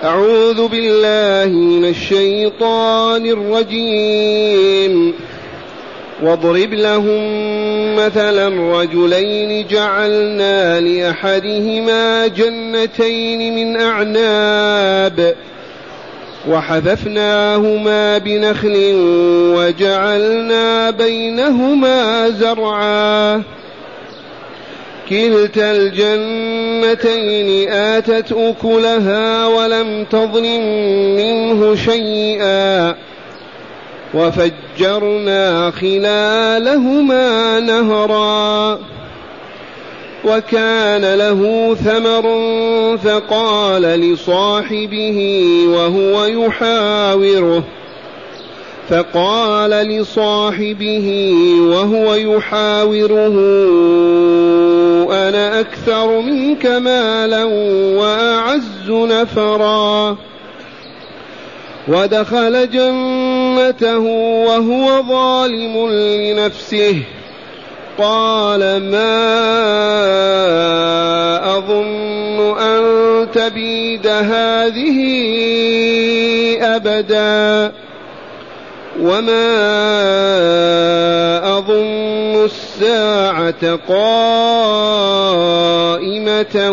أعوذ بالله من الشيطان الرجيم. واضرب لهم مثلا رجلين جعلنا لأحدهما جنتين من أعناب وحففناهما بنخل وجعلنا بينهما زرعا كلتا الجنتين آتت أكلها ولم تظلم منه شيئا وفجرنا خلالهما نهرا وكان له ثمر فقال لصاحبه وهو يحاوره أنا أكثر منك مالا وأعز نفرا ودخل جنته وهو ظالم لنفسه قال ما أظن أن تبيد هذه أبدا وما أظن الساعة قائمة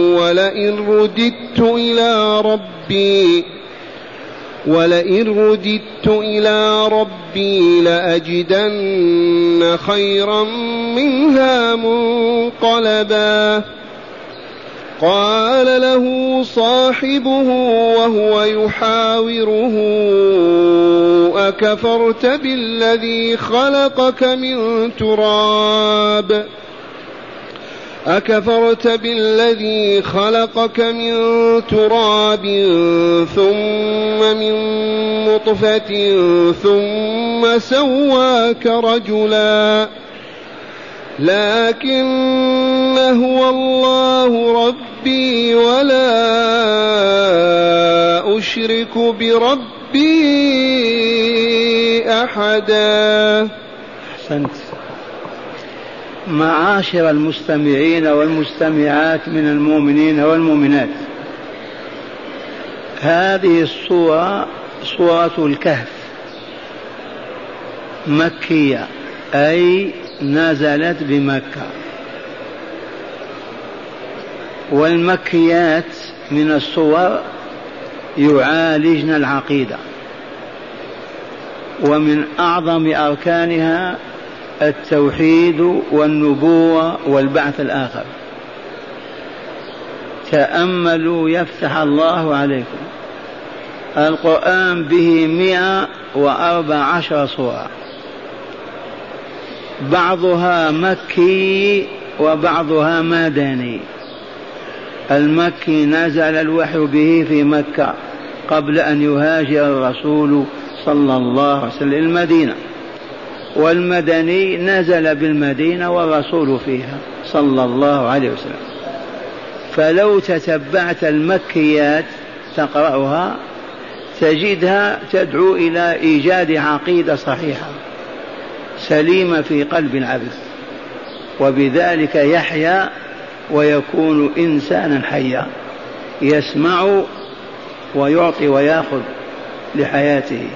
ولئن رددت إلى ربي لأجدن خيرا منها منقلبا قال له صاحبه وهو يحاوره أكفرت بالذي خلقك من تراب ثم من نطفة ثم سواك رجلا لكن هو الله ربي ولا أشرك بربي أحدا. أحسنت. معاشر المستمعين والمستمعات من المؤمنين والمؤمنات، هذه السورة سورة الكهف مكية، أي نزلت بمكة. والمكيات من السور يعالجن العقيدة، ومن أعظم أركانها التوحيد والنبوة والبعث الآخر. تأملوا يفتح الله عليكم، القرآن به 114 سورة، بعضها مكي وبعضها مدني. المكي نزل الوحي به في مكة قبل أن يهاجر الرسول صلى الله عليه وسلم المدينة، والمدني نزل بالمدينة والرسول فيها صلى الله عليه وسلم. فلو تتبعت المكيات تقرأها تجدها تدعو إلى إيجاد عقيدة صحيحة سليمة في قلب العبد، وبذلك يحيا ويكون إنسانا حيا يسمع ويعطي ويأخذ لحياته.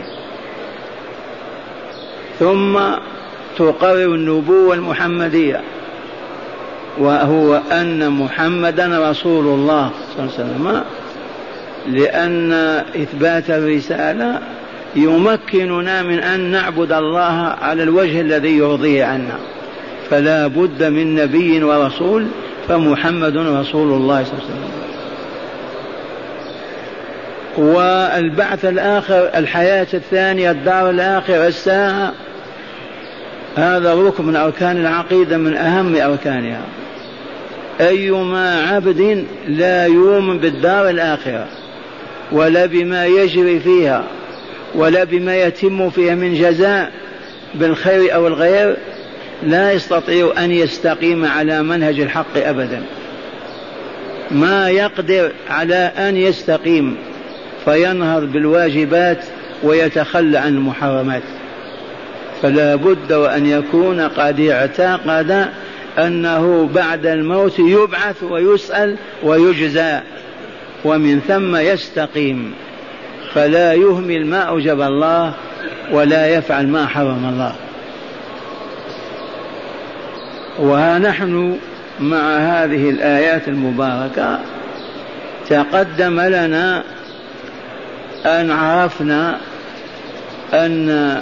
ثم تقرر النبوة المحمدية، وهو أن محمدا رسول الله صلى الله عليه وسلم، لأن إثبات الرسالة يمكننا من أن نعبد الله على الوجه الذي يرضيه عنا، فلا بد من نبي ورسول، فمحمد رسول الله صلى الله عليه وسلم. والبعث الآخر، الحياة الثانية، الدار الآخرة، الساعة، هذا ركن من أركان العقيدة، من أهم أركانها. أيما عبد لا يؤمن بالدار الآخرة ولا بما يجري فيها ولا بما يتم فيها من جزاء بالخير أو الغير لا يستطيع أن يستقيم على منهج الحق أبدا، ما يقدر على أن يستقيم، فينهض بالواجبات ويتخلى عن المحرمات. فلا بد وأن يكون قد اعتقد أنه بعد الموت يبعث ويسأل ويجزى، ومن ثم يستقيم، فلا يهمل ما أوجب الله ولا يفعل ما حرم الله. وها نحن مع هذه الآيات المباركة تقدم لنا أن عرفنا أن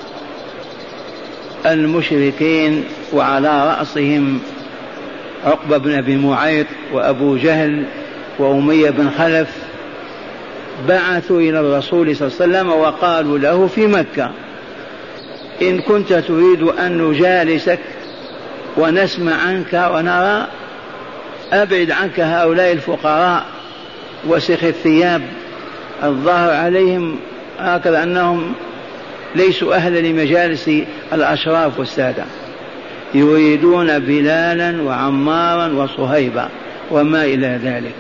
المشركين وعلى رأسهم عقبة بن أبي معيط وأبو جهل وأمية بن خلف بعثوا إلى الرسول صلى الله عليه وسلم وقالوا له في مكة: إن كنت تريد أن نجالسك ونسمع عنك ونرى، أبعد عنك هؤلاء الفقراء وسخ الثياب الظاهر عليهم هكذا أنهم ليسوا أهلا لمجالس الأشراف والسادة، يريدون بلالا وعمارا وصهيبا وما إلى ذلك.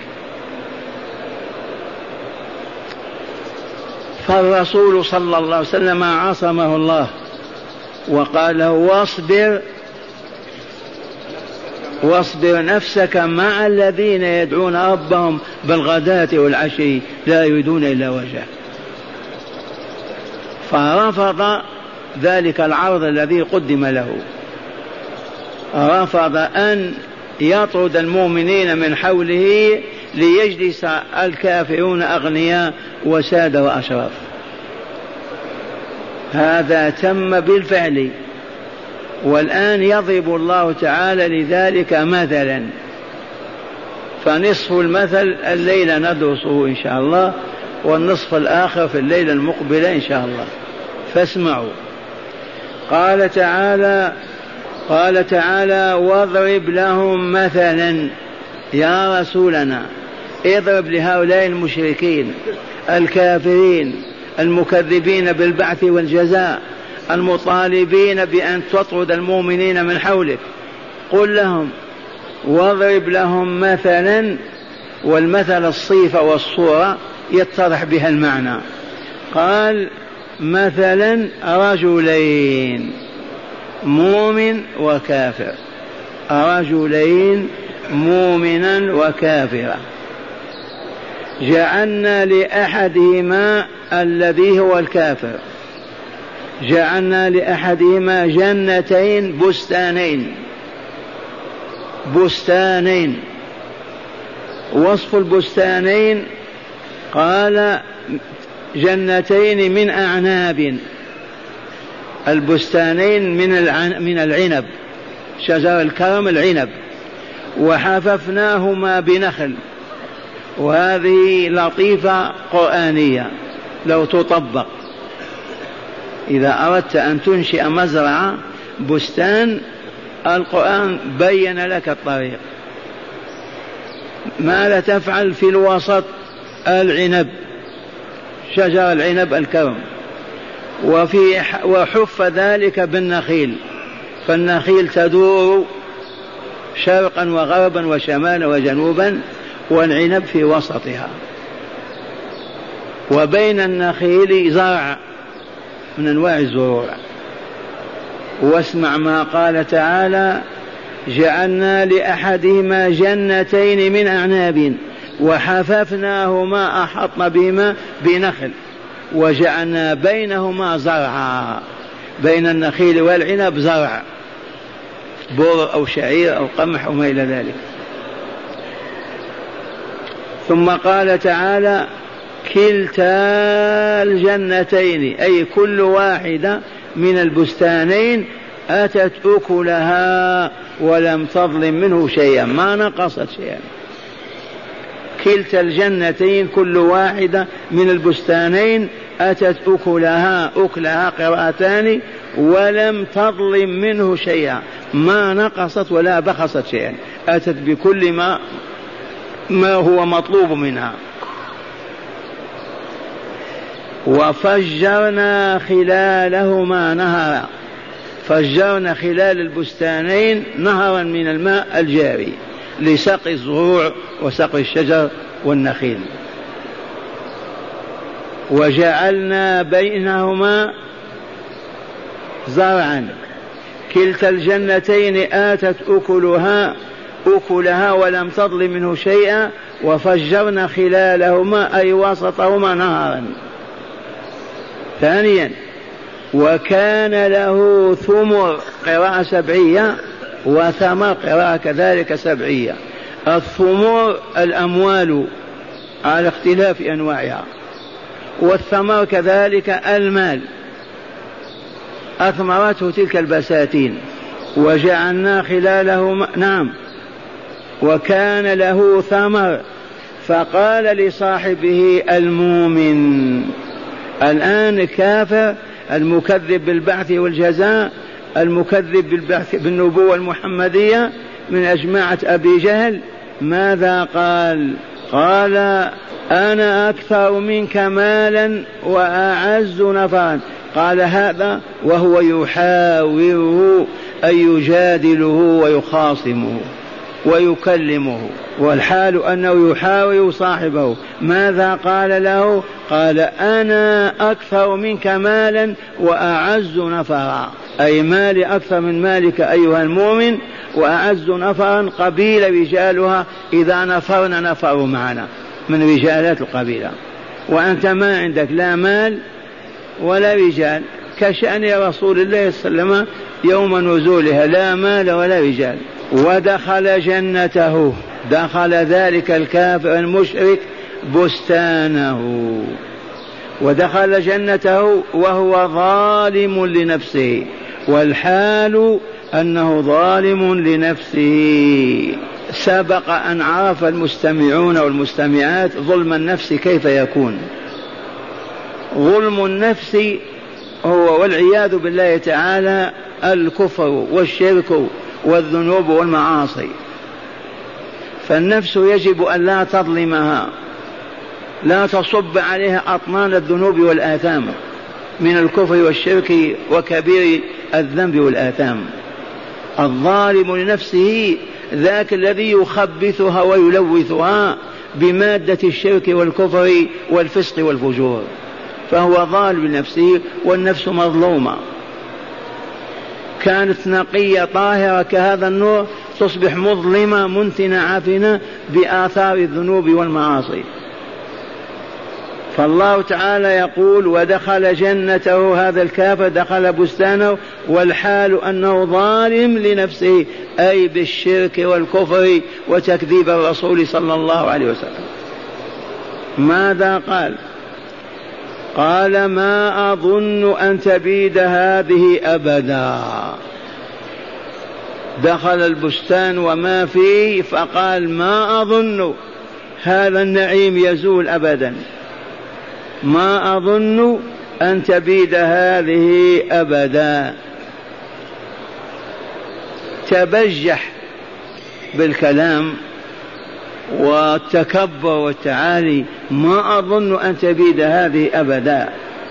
فالرسول صلى الله عليه وسلم عصمه الله وقال له: واصبر نفسك مع الذين يدعون ربهم بالغداة والعشي لا يريدون إلا وجهه. فرفض ذلك العرض الذي قدم له، رفض أن يطرد المؤمنين من حوله ليجلس الكافرون أغنياء وسادة وأشراف. هذا تم بالفعل، والآن يضرب الله تعالى لذلك مثلا، فنصف المثل الليلة ندرسه إن شاء الله، والنصف الآخر في الليلة المقبلة إن شاء الله، فاسمعوا. قال تعالى: واضرب لهم مثلا. يا رسولنا اضرب لهؤلاء المشركين الكافرين المكذبين بالبعث والجزاء المطالبين بأن تطرد المؤمنين من حولك، قل لهم واضرب لهم مثلا، والمثل الصيفة والصورة يتضح بها المعنى. قال: مثلا رجلين مؤمن وكافر، رجلين مؤمنا وكافرا، جعلنا لأحدهما الذي هو الكافر جعلنا لأحدهما جنتين بستانين. وصف البستانين قال: جنتين من أعناب، البستانين من العنب، شجر الكرم العنب، وحففناهما بنخل. وهذه لطيفة قرآنية لو تطبق، إذا أردت أن تنشئ مزرعة بستان، القرآن بين لك الطريق. ماذا تفعل؟ في الوسط العنب، شجر العنب الكرم، وحف ذلك بالنخيل، فالنخيل تدور شرقا وغربا وشمالا وجنوبا، والعنب في وسطها، وبين النخيل زرع من أنواع الزروع. واسمع ما قال تعالى: جعلنا لأحدهما جنتين من أعناب وحففناهما، أحطنا بهما بنخل، وجعلنا بينهما زرعا، بين النخيل والعنب زرع، بر أو شعير أو قمح وما إلى ذلك. ثم قال تعالى: كلتا الجنتين، أي كل واحدة من البستانين أتت أكلها ولم تظلم منه شيئا، ما نقصت شيئا. كلتا الجنتين، كل واحدة من البستانين أتت أكلها قراءتان، ولم تظلم منه شيئا، ما نقصت ولا بخست شيئا، أتت بكل ما هو مطلوب منها. وفجرنا خلالهما نهرا، فجرنا خلال البستانين نهرا من الماء الجاري لسقي الزروع وسقي الشجر والنخيل. وجعلنا بينهما زرعا، كلتا الجنتين آتت أكلها ولم تظلم منه شيئا، وفجرنا خلالهما أي وسطهما نهرا. ثانيا وكان له ثمر قراءة سبعية وثمر قراءة كذلك سبعية. الثمر الأموال على اختلاف أنواعها، والثمر كذلك المال، أثمرته تلك البساتين. وجعلنا خلالهما نعم. وكان له ثمر فقال لصاحبه المؤمن. الآن الكافر المكذب بالبعث والجزاء، المكذب بالبعث بالنبوة المحمدية من أجماعة أبي جهل، ماذا قال؟ قال أنا أكثر منك مالا وأعز نفرا. قال هذا وهو يحاوره أي يجادله ويخاصمه ويكلمه، والحال أنه يحاور صاحبه. ماذا قال له؟ قال أنا أكثر منك مالا وأعز نفرا، أي مالي أكثر من مالك أيها المؤمن، وأعز نفرا قبيلة رجالها إذا نفرنا نفروا معنا من رجالات القبيلة، وأنت ما عندك لا مال ولا رجال، كشأن رسول الله صلى الله عليه وسلم يوم نزولها، لا مال ولا رجال. ودخل جنته، دخل ذلك الكافر المشرك بستانه، ودخل جنته وهو ظالم لنفسه، والحال أنه ظالم لنفسه. سبق أن عرف المستمعون والمستمعات ظلم النفس كيف يكون. ظلم النفس هو والعياذ بالله تعالى الكفر والشرك والذنوب والمعاصي. فالنفس يجب أن لا تظلمها، لا تصب عليها أطنان الذنوب والآثام من الكفر والشرك وكبير الذنب والآثام. الظالم لنفسه ذاك الذي يخبثها ويلوثها بمادة الشرك والكفر والفسق والفجور، فهو ظالم لنفسه، والنفس مظلومة. كانت نقية طاهرة كهذا النور تصبح مظلمة منتنة عفنة بآثار الذنوب والمعاصي. فالله تعالى يقول ودخل جنته، هذا الكافر دخل بستانه والحال أنه ظالم لنفسه، أي بالشرك والكفر وتكذيب الرسول صلى الله عليه وسلم. ماذا قال؟ قال ما أظن أن تبيد هذه أبدا. دخل البستان وما فيه فقال ما أظن هذا النعيم يزول أبدا، ما أظن أن تبيد هذه أبدا. تبجح بالكلام والتكبر والتعالي، ما أظن أن تبيد هذه أبدا.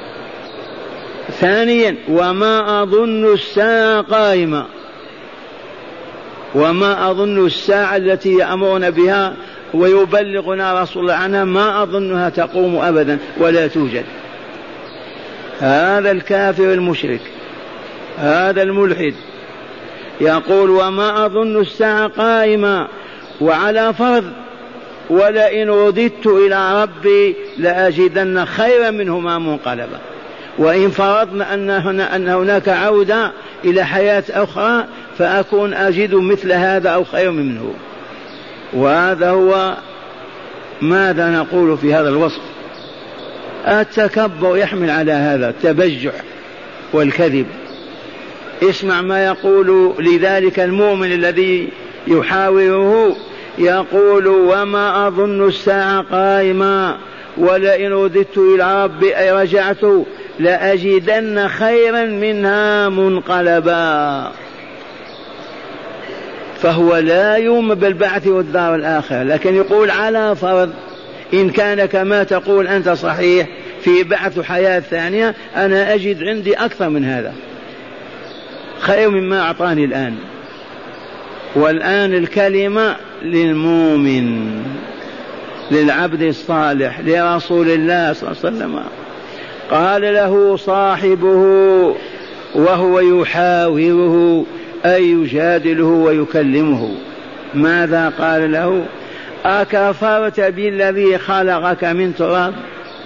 ثانيا وما أظن الساعة قائمة، وما أظن الساعة التي يأمرون بها ويبلغنا رسول الله عنها ما أظنها تقوم أبدا ولا توجد. هذا الكافر المشرك، هذا الملحد يقول وما أظن الساعة قائمة، وعلى فرض ولئن رددت إلى ربي لأجدن خيرا منهما منقلبا، وإن فرضنا أن هناك عودة إلى حياة أخرى فأكون أجد مثل هذا أو خير منه. وهذا هو ماذا نقول في هذا الوصف. التكبر يحمل على هذا التبجح والكذب. اسمع ما يقول لذلك المؤمن الذي يحاوره، يقول وما أظن الساعة قائمة ولئن رددت إلى ربي أي رجعت لأجدن خيرا منها منقلبا. فهو لا يؤمن بالبعث والدار الآخرة، لكن يقول على فرض إن كان كما تقول أنت صحيح في بعث حياة ثانية، أنا أجد عندي أكثر من هذا خير مما أعطاني الآن. والآن الكلمة للمؤمن للعبد الصالح لرسول الله صلى الله عليه وسلم. قال له صاحبه وهو يحاوره أي يجادله ويكلمه، ماذا قال له؟ أكفرت بالذي خلقك من تراب؟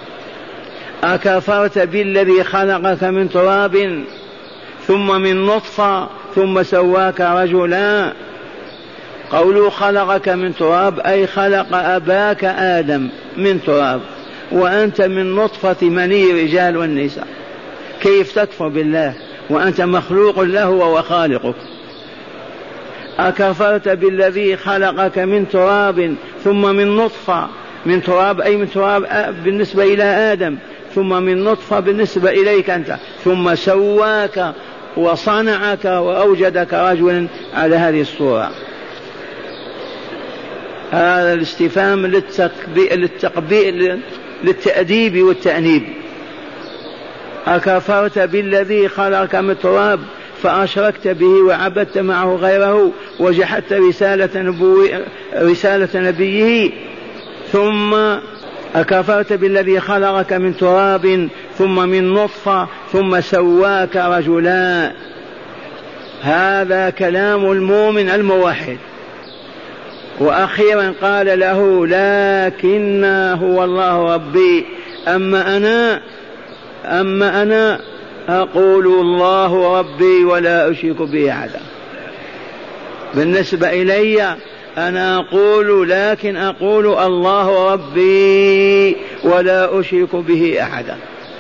أكفرت بالذي خلقك من تراب ثم من نطفة ثم سواك رجلا؟ قوله خلقك من تراب أي خلق أباك آدم من تراب، وأنت من نطفة مني رجال والنساء. كيف تكفر بالله وأنت مخلوق له وهو خالقك؟ أكفرت بالذي خلقك من تراب ثم من نطفة، من تراب أي من تراب بالنسبة إلى آدم، ثم من نطفة بالنسبة إليك أنت، ثم سواك وصنعك وأوجدك رجلا على هذه الصورة. هذا الاستفهام للتأديب والتأنيب. أكفرت بالذي خلقك من تراب فأشركت به وعبدت معه غيره وجحدت رسالة نبيه؟ ثم أكفرت بالذي خلقك من تراب ثم من نطفة ثم سواك رجلا. هذا كلام المؤمن الموحد. وأخيرا قال له لكن هو الله ربي، أما أنا أقول الله ربي ولا أشرك به أحدا. بالنسبة إلي أنا أقول، لكن أقول الله ربي ولا أشرك به أحدا.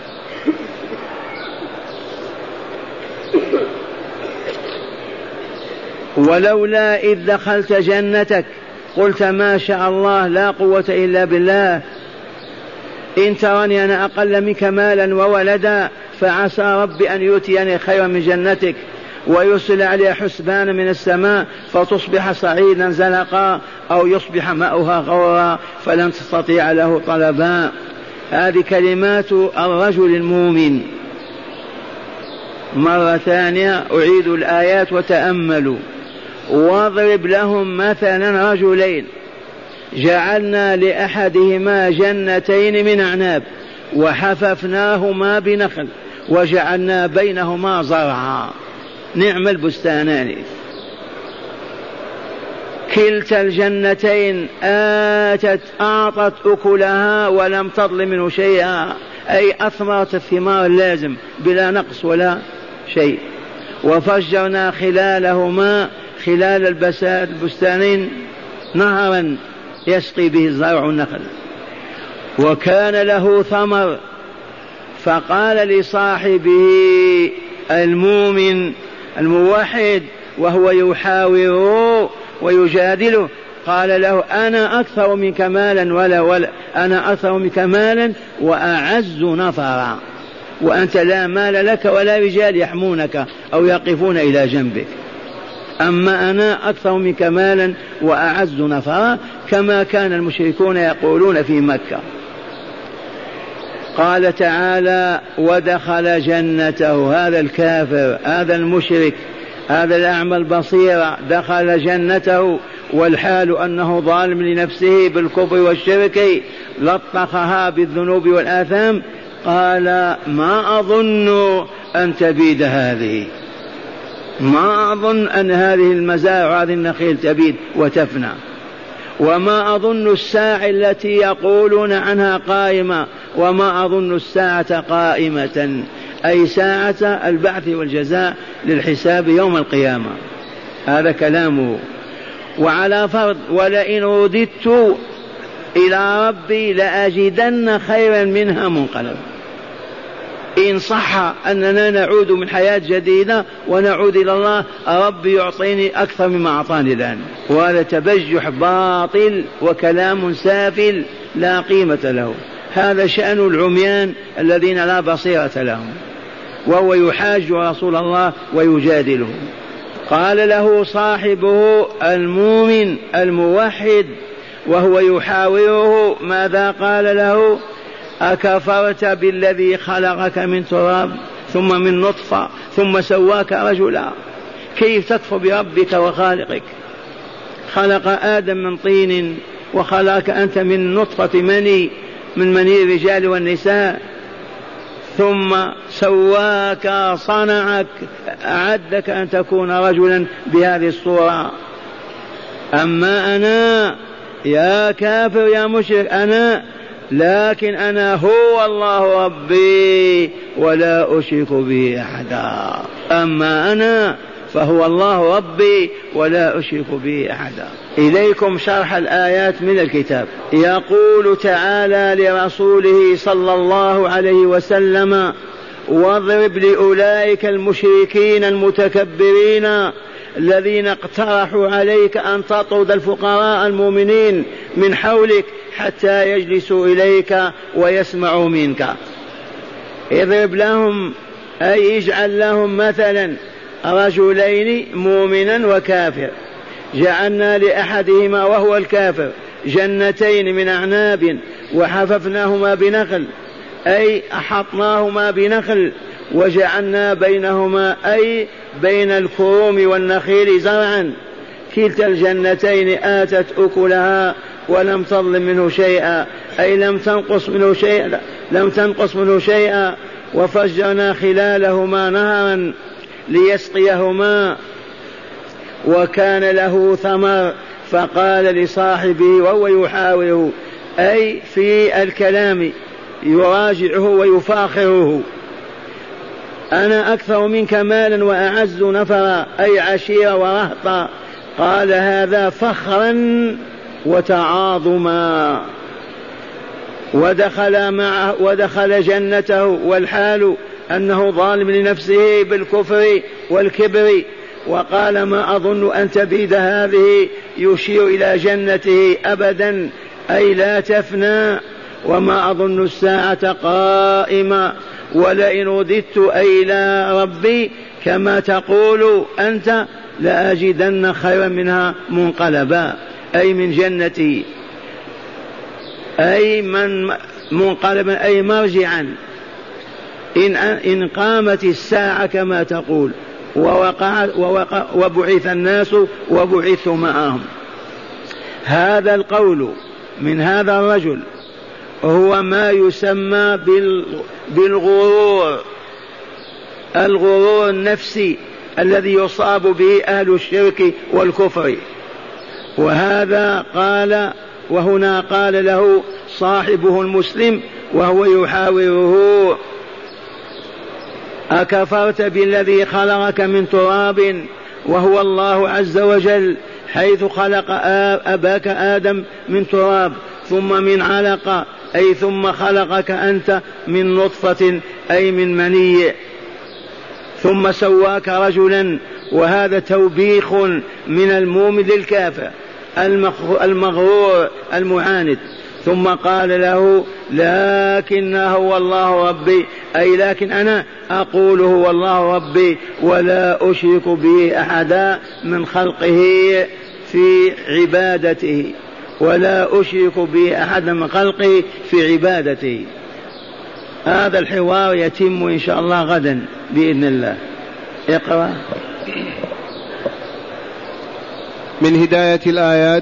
ولولا إذ دخلت جنتك قلت ما شاء الله لا قوة إلا بالله، إن ترني أنا أقل منك مالا وولدا فعسى ربي أن يؤتيني خيرا من جنتك ويرسل عليها حسبانا من السماء فتصبح صعيدا زلقا أو يصبح ماؤها غورا فلن تستطيع له طلبا. هذه كلمات الرجل المؤمن. مرة ثانية أعيد الآيات وتأملوا. واضرب لهم مثلا رجلين جعلنا لأحدهما جنتين من أعناب وحففناهما بنخل وجعلنا بينهما زرعا، نعم البستانان. كلتا الجنتين أعطت أكلها ولم تظلم منه شيئا، أي أثمرت الثمار اللازم بلا نقص ولا شيء. وفجرنا خلالهما خلال البستانين نهرا يسقي به الزرع النخل. وكان له ثمر فقال لصاحبه المؤمن الموحد وهو يحاوره ويجادله، قال له أنا أكثر منك مالا ولا أنا أكثر منك مالا وأعز نفرا، وأنت لا مال لك ولا رجال يحمونك أو يقفون إلى جنبك، أما أنا أكثر منك مالا وأعز نفرا، كما كان المشركون يقولون في مكة. قال تعالى ودخل جنته، هذا الكافر هذا المشرك هذا الأعمى البصير دخل جنته والحال أنه ظالم لنفسه بالكفر والشرك لطخها بالذنوب والآثام. قال ما أظن أن تبيد هذه، ما أظن أن هذه المزارع وهذه النخيل تبيد وتفنى، وما أظن الساعة التي يقولون عنها قائمة، وما أظن الساعة قائمة، أي ساعة البعث والجزاء للحساب يوم القيامة. هذا كلامه. وعلى فرض ولئن رددت إلى ربي لأجدن خيرا منها منقلب، إن صح أننا نعود من حياة جديدة ونعود إلى الله ربي يعطيني أكثر مما أعطاني الآن. وهذا تبجح باطل وكلام سافل لا قيمة له. هذا شأن العميان الذين لا بصيرة لهم، وهو يحاج رسول الله ويجادله. قال له صاحبه المؤمن الموحد وهو يحاوره ماذا قال له؟ أكفرت بالذي خلقك من تراب ثم من نطفة ثم سواك رجلا؟ كيف تكفر بربك وخالقك؟ خلق آدم من طين وخلقك أنت من نطفة مني، من مني الرجال والنساء، ثم سواك صنعك أعدك أن تكون رجلا بهذه الصورة. أما أنا يا كافر يا مشرك أنا، لكن أنا هو الله ربي ولا أشرك به أحدا. أما أنا فهو الله ربي ولا أشرك به أحدا. إليكم شرح الآيات من الكتاب. يقول تعالى لرسوله صلى الله عليه وسلم: واضرب لأولئك المشركين المتكبرين الذين اقترحوا عليك أن تطرد الفقراء المؤمنين من حولك حتى يجلسوا إليك ويسمعوا منك. اضرب لهم أي اجعل لهم مثلا رجلين مؤمنا وكافر، جعلنا لأحدهما وهو الكافر جنتين من أعناب وحففناهما بنخل، أي أحطناهما بنخل وجعلنا بينهما أي بين الكروم والنخيل زرعا، كلتا الجنتين آتت أكلها ولم تظلم منه شيئا، أي لم تنقص منه شيئا. وفجرنا خلالهما نهرا ليسقيهما، وكان له ثمر، فقال لصاحبه وهو يحاوره أي في الكلام يراجعه ويفاخره: أنا أكثر منك مالا وأعز نفرا، أي عشيرا ورهطا. قال هذا فخرا وتعاظما. ودخل جنته والحال أنه ظالم لنفسه بالكفر والكبر، وقال: ما أظن أن تبيد هذه، يشير إلى جنته أبدا أي لا تفنى، وما أظن الساعة قائمة، ولئن رددت أي إلى ربي كما تقول أنت لأجدن خيرا منها منقلبا، أي من جنتي، أي من منقلبا أي مرجعا إن قامت الساعة كما تقول وبعث الناس وبعثوا معهم. هذا القول من هذا الرجل هو ما يسمى بالغرور، الغرور النفسي الذي يصاب به أهل الشرك والكفر. وهذا قال، وهنا قال له صاحبه المسلم وهو يحاوره: أكفرت بالذي خلقك من تراب وهو الله عز وجل، حيث خلق أباك آدم من تراب ثم من علقة، أي ثم خلقك أنت من نطفة أي من مني، ثم سواك رجلا. وهذا توبيخ من المؤمن للكافر المغرور المعاند. ثم قال له: لكن هو الله ربي، أي لكن أنا أقول هو الله ربي ولا أشرك به أحدا من خلقه في عبادته، ولا أشرك به أحدا من خلقه في عبادته. هذا الحوار يتم إن شاء الله غدا بإذن الله. اقرأ. من هداية الآيات: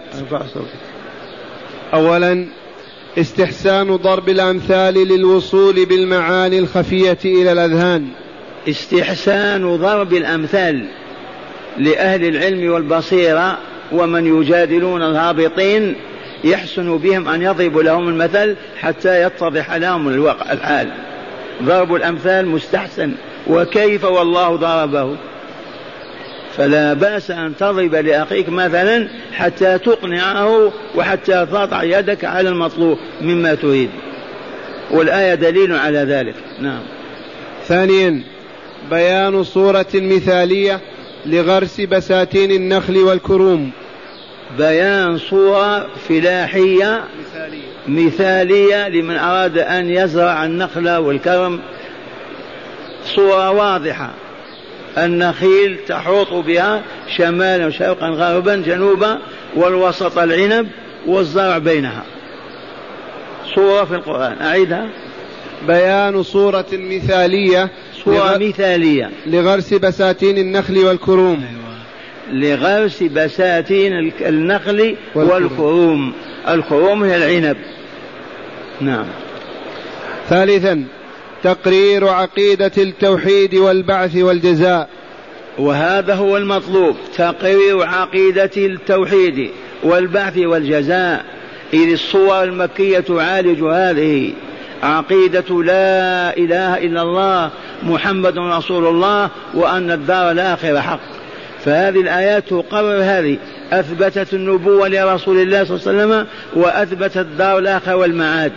أولا استحسان ضرب الأمثال للوصول بالمعاني الخفية إلى الأذهان. استحسان ضرب الأمثال لأهل العلم والبصيرة ومن يجادلون الهابطين، يحسن بهم أن يضرب لهم المثل حتى يتضح لهم الحال. ضرب الأمثال مستحسن، وكيف والله ضربه، فلا بأس أن تضرب لأخيك مثلا حتى تقنعه وحتى تضع يدك على المطلوب مما تريد، والآية دليل على ذلك. نعم. ثانيا بيان صورة مثالية لغرس بساتين النخل والكروم. بيان صورة فلاحية مثالية لمن أراد أن يزرع النخل والكرم، صورة واضحة. النخيل تحوط بها شمالا شرقا غربا جنوبا، والوسط العنب والزرع بينها. صورة في القرآن. أعيدها: بيان صورة مثالية، صورة مثالية لغرس بساتين النخل والكروم. لغرس بساتين النخل والكروم. الكروم هي العنب. نعم. ثالثا تقرير عقيدة التوحيد والبعث والجزاء. وهذا هو المطلوب، تقرير عقيدة التوحيد والبعث والجزاء. إذ الصور المكية تعالج هذه عقيدة لا إله إلا الله محمد رسول الله وأن الدار الآخرة حق. فهذه الآيات تقرر هذه، أثبتت النبوة لرسول الله صلى الله عليه وسلم وأثبتت الدار الآخرة والمعاد.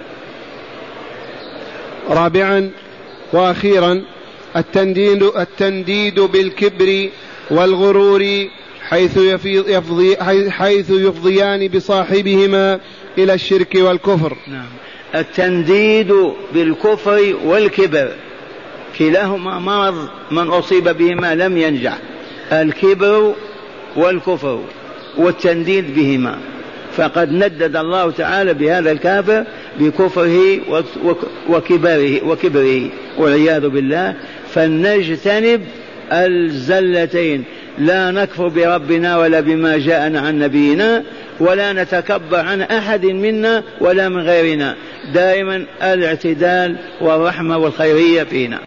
رابعا وأخيرا التنديد بالكبر والغرور حيث يفضيان بصاحبهما إلى الشرك والكفر. نعم. التنديد بالكفر والكبر كلاهما مرض، من أصيب بهما لم ينجح، الكبر والكفر والتنديد بهما. فقد ندد الله تعالى بهذا الكافر بكفره وكبره والعياذ بالله. فلنجتنب الزلتين، لا نكفر بربنا ولا بما جاءنا عن نبينا، ولا نتكبر عن أحد منا ولا من غيرنا، دائما الاعتدال والرحمة والخيرية فينا.